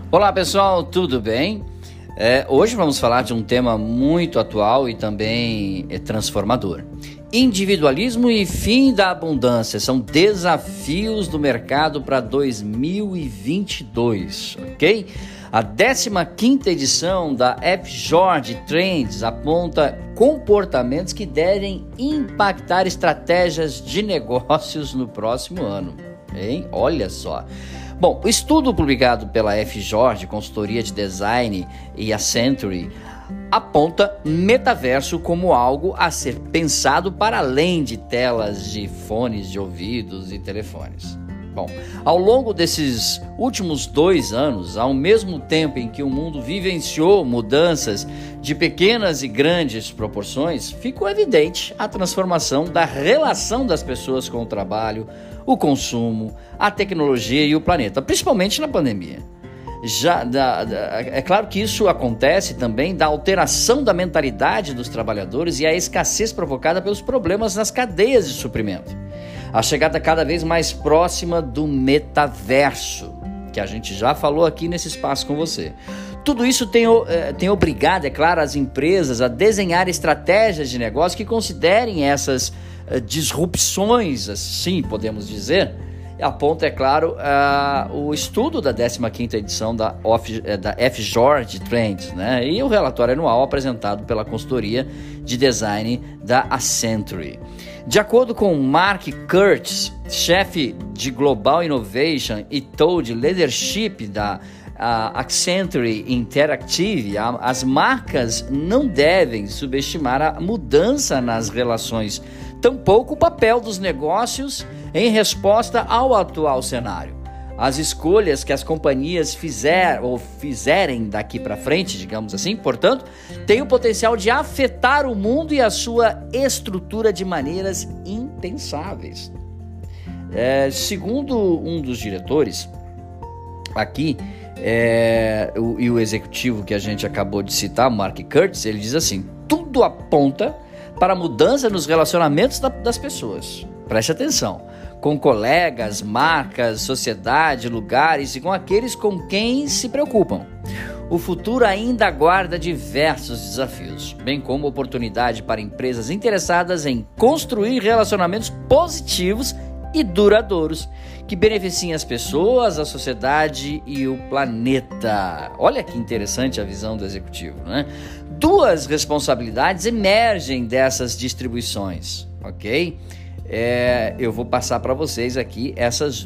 Olá pessoal, tudo bem? Hoje vamos falar de um tema muito atual e também transformador. Individualismo e fim da abundância são desafios do mercado para 2022, ok? A 15ª edição da F-George Trends aponta comportamentos que devem impactar estratégias de negócios no próximo ano, hein? Olha só! Bom, o estudo publicado pela F-George, consultoria de design, e a Century, aponta metaverso como algo a ser pensado para além de telas de fones de ouvidos e telefones. Bom, ao longo desses últimos 2 anos, ao mesmo tempo em que o mundo vivenciou mudanças de pequenas e grandes proporções, ficou evidente a transformação da relação das pessoas com o trabalho, o consumo, a tecnologia e o planeta, principalmente na pandemia. É claro que isso acontece também da alteração da mentalidade dos trabalhadores e a escassez provocada pelos problemas nas cadeias de suprimento. A chegada cada vez mais próxima do metaverso, que a gente já falou aqui nesse espaço com você. Tudo isso tem obrigado, é claro, as empresas a desenhar estratégias de negócio que considerem essas disrupções, assim podemos dizer. Aponta, é claro, o estudo da 15ª edição da F-George Trends, né? E o relatório anual apresentado pela consultoria de design da Century. De acordo com Mark Kurtz, chefe de Global Innovation e Toad Leadership da Accenture Interactive, as marcas não devem subestimar a mudança nas relações, tampouco o papel dos negócios em resposta ao atual cenário. As escolhas que as companhias fizerem daqui para frente, digamos assim, portanto, têm o potencial de afetar o mundo e a sua estrutura de maneiras impensáveis. Segundo um dos diretores aqui, o executivo que a gente acabou de citar, Mark Kurtz, ele diz assim: tudo aponta para a mudança nos relacionamentos das pessoas. Preste atenção. Com colegas, marcas, sociedade, lugares e com aqueles com quem se preocupam. O futuro ainda aguarda diversos desafios, bem como oportunidade para empresas interessadas em construir relacionamentos positivos e duradouros que beneficiem as pessoas, a sociedade e o planeta. Olha que interessante a visão do executivo, né? 2 responsabilidades emergem dessas distribuições, ok? Eu vou passar para vocês aqui essas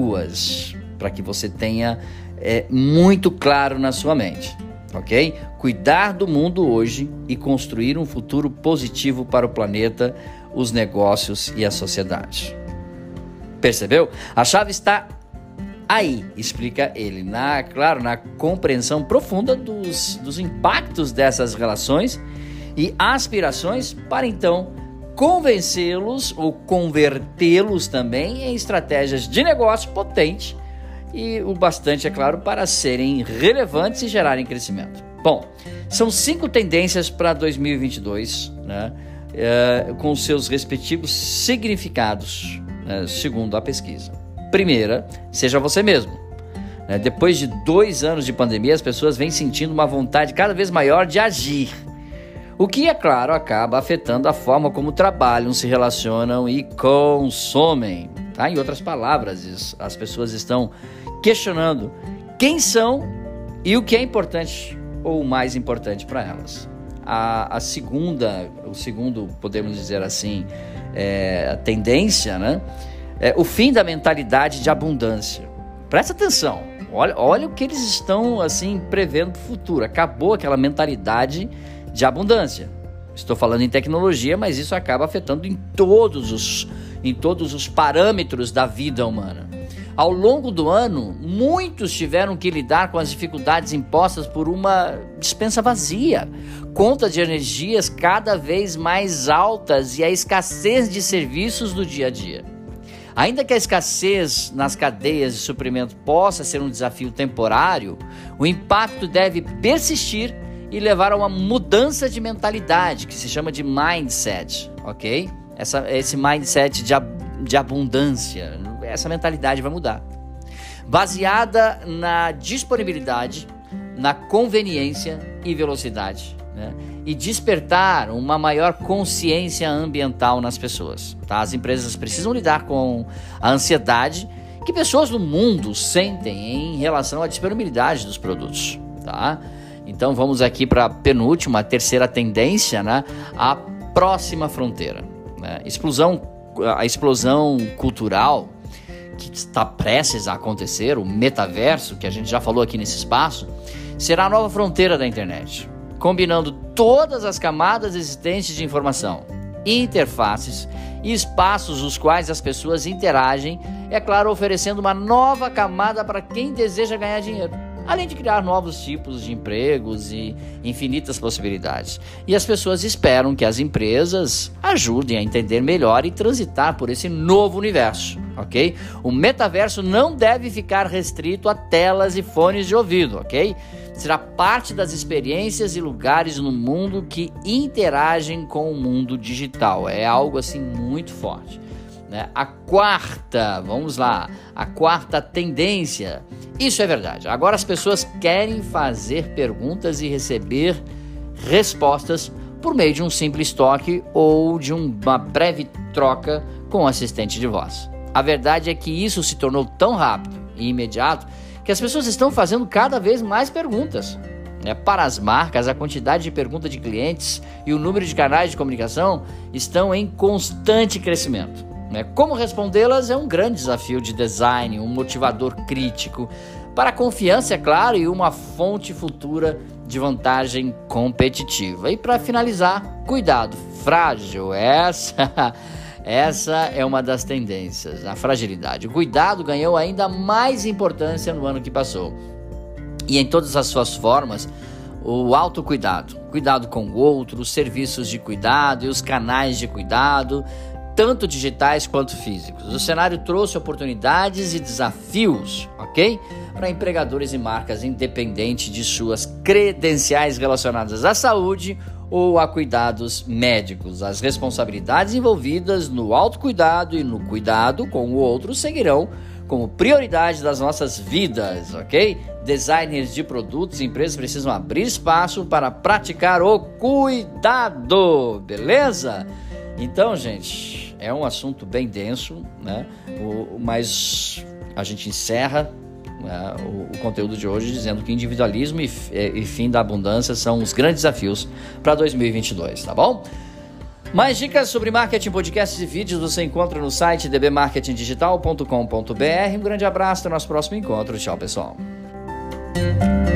2, para que você tenha muito claro na sua mente, ok? Cuidar do mundo hoje e construir um futuro positivo para o planeta, os negócios e a sociedade. Percebeu? A chave está aí, explica ele, na compreensão profunda dos impactos dessas relações e aspirações para então convencê-los ou convertê-los também em estratégias de negócio potentes e o bastante, é claro, para serem relevantes e gerarem crescimento. Bom, são 5 tendências para 2022, né? Com seus respectivos significados, segundo a pesquisa. Primeira, seja você mesmo. Depois de 2 anos de pandemia, as pessoas vêm sentindo uma vontade cada vez maior de agir. O que, é claro, acaba afetando a forma como trabalham, se relacionam e consomem. Tá? Em outras palavras, as pessoas estão questionando quem são e o que é importante ou mais importante para elas. O segundo, podemos dizer assim, a tendência, né? O fim da mentalidade de abundância. Presta atenção, olha o que eles estão assim prevendo para o futuro. Acabou aquela mentalidade de abundância. Estou falando em tecnologia, mas isso acaba afetando em todos os parâmetros da vida humana. Ao longo do ano, muitos tiveram que lidar com as dificuldades impostas por uma despensa vazia, contas de energias cada vez mais altas e a escassez de serviços do dia a dia. Ainda que a escassez nas cadeias de suprimento possa ser um desafio temporário, o impacto deve persistir e levar a uma mudança de mentalidade, que se chama de mindset, ok? Esse mindset de abundância, essa mentalidade vai mudar. baseada na disponibilidade, na conveniência e velocidade, né? E despertar uma maior consciência ambiental nas pessoas, tá? As empresas precisam lidar com a ansiedade que pessoas no mundo sentem em relação à disponibilidade dos produtos, tá? Então vamos aqui para a terceira tendência, né? A próxima fronteira, né? A explosão cultural que está prestes a acontecer, o metaverso, que a gente já falou aqui nesse espaço, será a nova fronteira da internet, combinando todas as camadas existentes de informação, interfaces e espaços os quais as pessoas interagem, é claro, oferecendo uma nova camada para quem deseja ganhar dinheiro, além de criar novos tipos de empregos e infinitas possibilidades. E as pessoas esperam que as empresas ajudem a entender melhor e transitar por esse novo universo, ok? O metaverso não deve ficar restrito a telas e fones de ouvido, ok? Será parte das experiências e lugares no mundo que interagem com o mundo digital. É algo assim muito forte, né? A quarta tendência. Isso é verdade. Agora as pessoas querem fazer perguntas e receber respostas por meio de um simples toque ou de uma breve troca com o assistente de voz. A verdade é que isso se tornou tão rápido e imediato que as pessoas estão fazendo cada vez mais perguntas. Para as marcas, a quantidade de perguntas de clientes e o número de canais de comunicação estão em constante crescimento. Como respondê-las é um grande desafio de design, um motivador crítico para a confiança, é claro, e uma fonte futura de vantagem competitiva. E para finalizar, cuidado frágil. Essa é uma das tendências, a fragilidade. O cuidado ganhou ainda mais importância no ano que passou. E em todas as suas formas, o autocuidado, cuidado com o outro, os serviços de cuidado e os canais de cuidado, tanto digitais quanto físicos. O cenário trouxe oportunidades e desafios, ok? Para empregadores e marcas, independente de suas credenciais relacionadas à saúde ou a cuidados médicos. As responsabilidades envolvidas no autocuidado e no cuidado com o outro seguirão como prioridade das nossas vidas, ok? Designers de produtos e empresas precisam abrir espaço para praticar o cuidado, beleza? Então, gente, é um assunto bem denso, né? Mas a gente encerra o conteúdo de hoje dizendo que individualismo e fim da abundância são os grandes desafios para 2022, tá bom? Mais dicas sobre marketing, podcasts e vídeos você encontra no site dbmarketingdigital.com.br. Um grande abraço, até o nosso próximo encontro. Tchau, pessoal.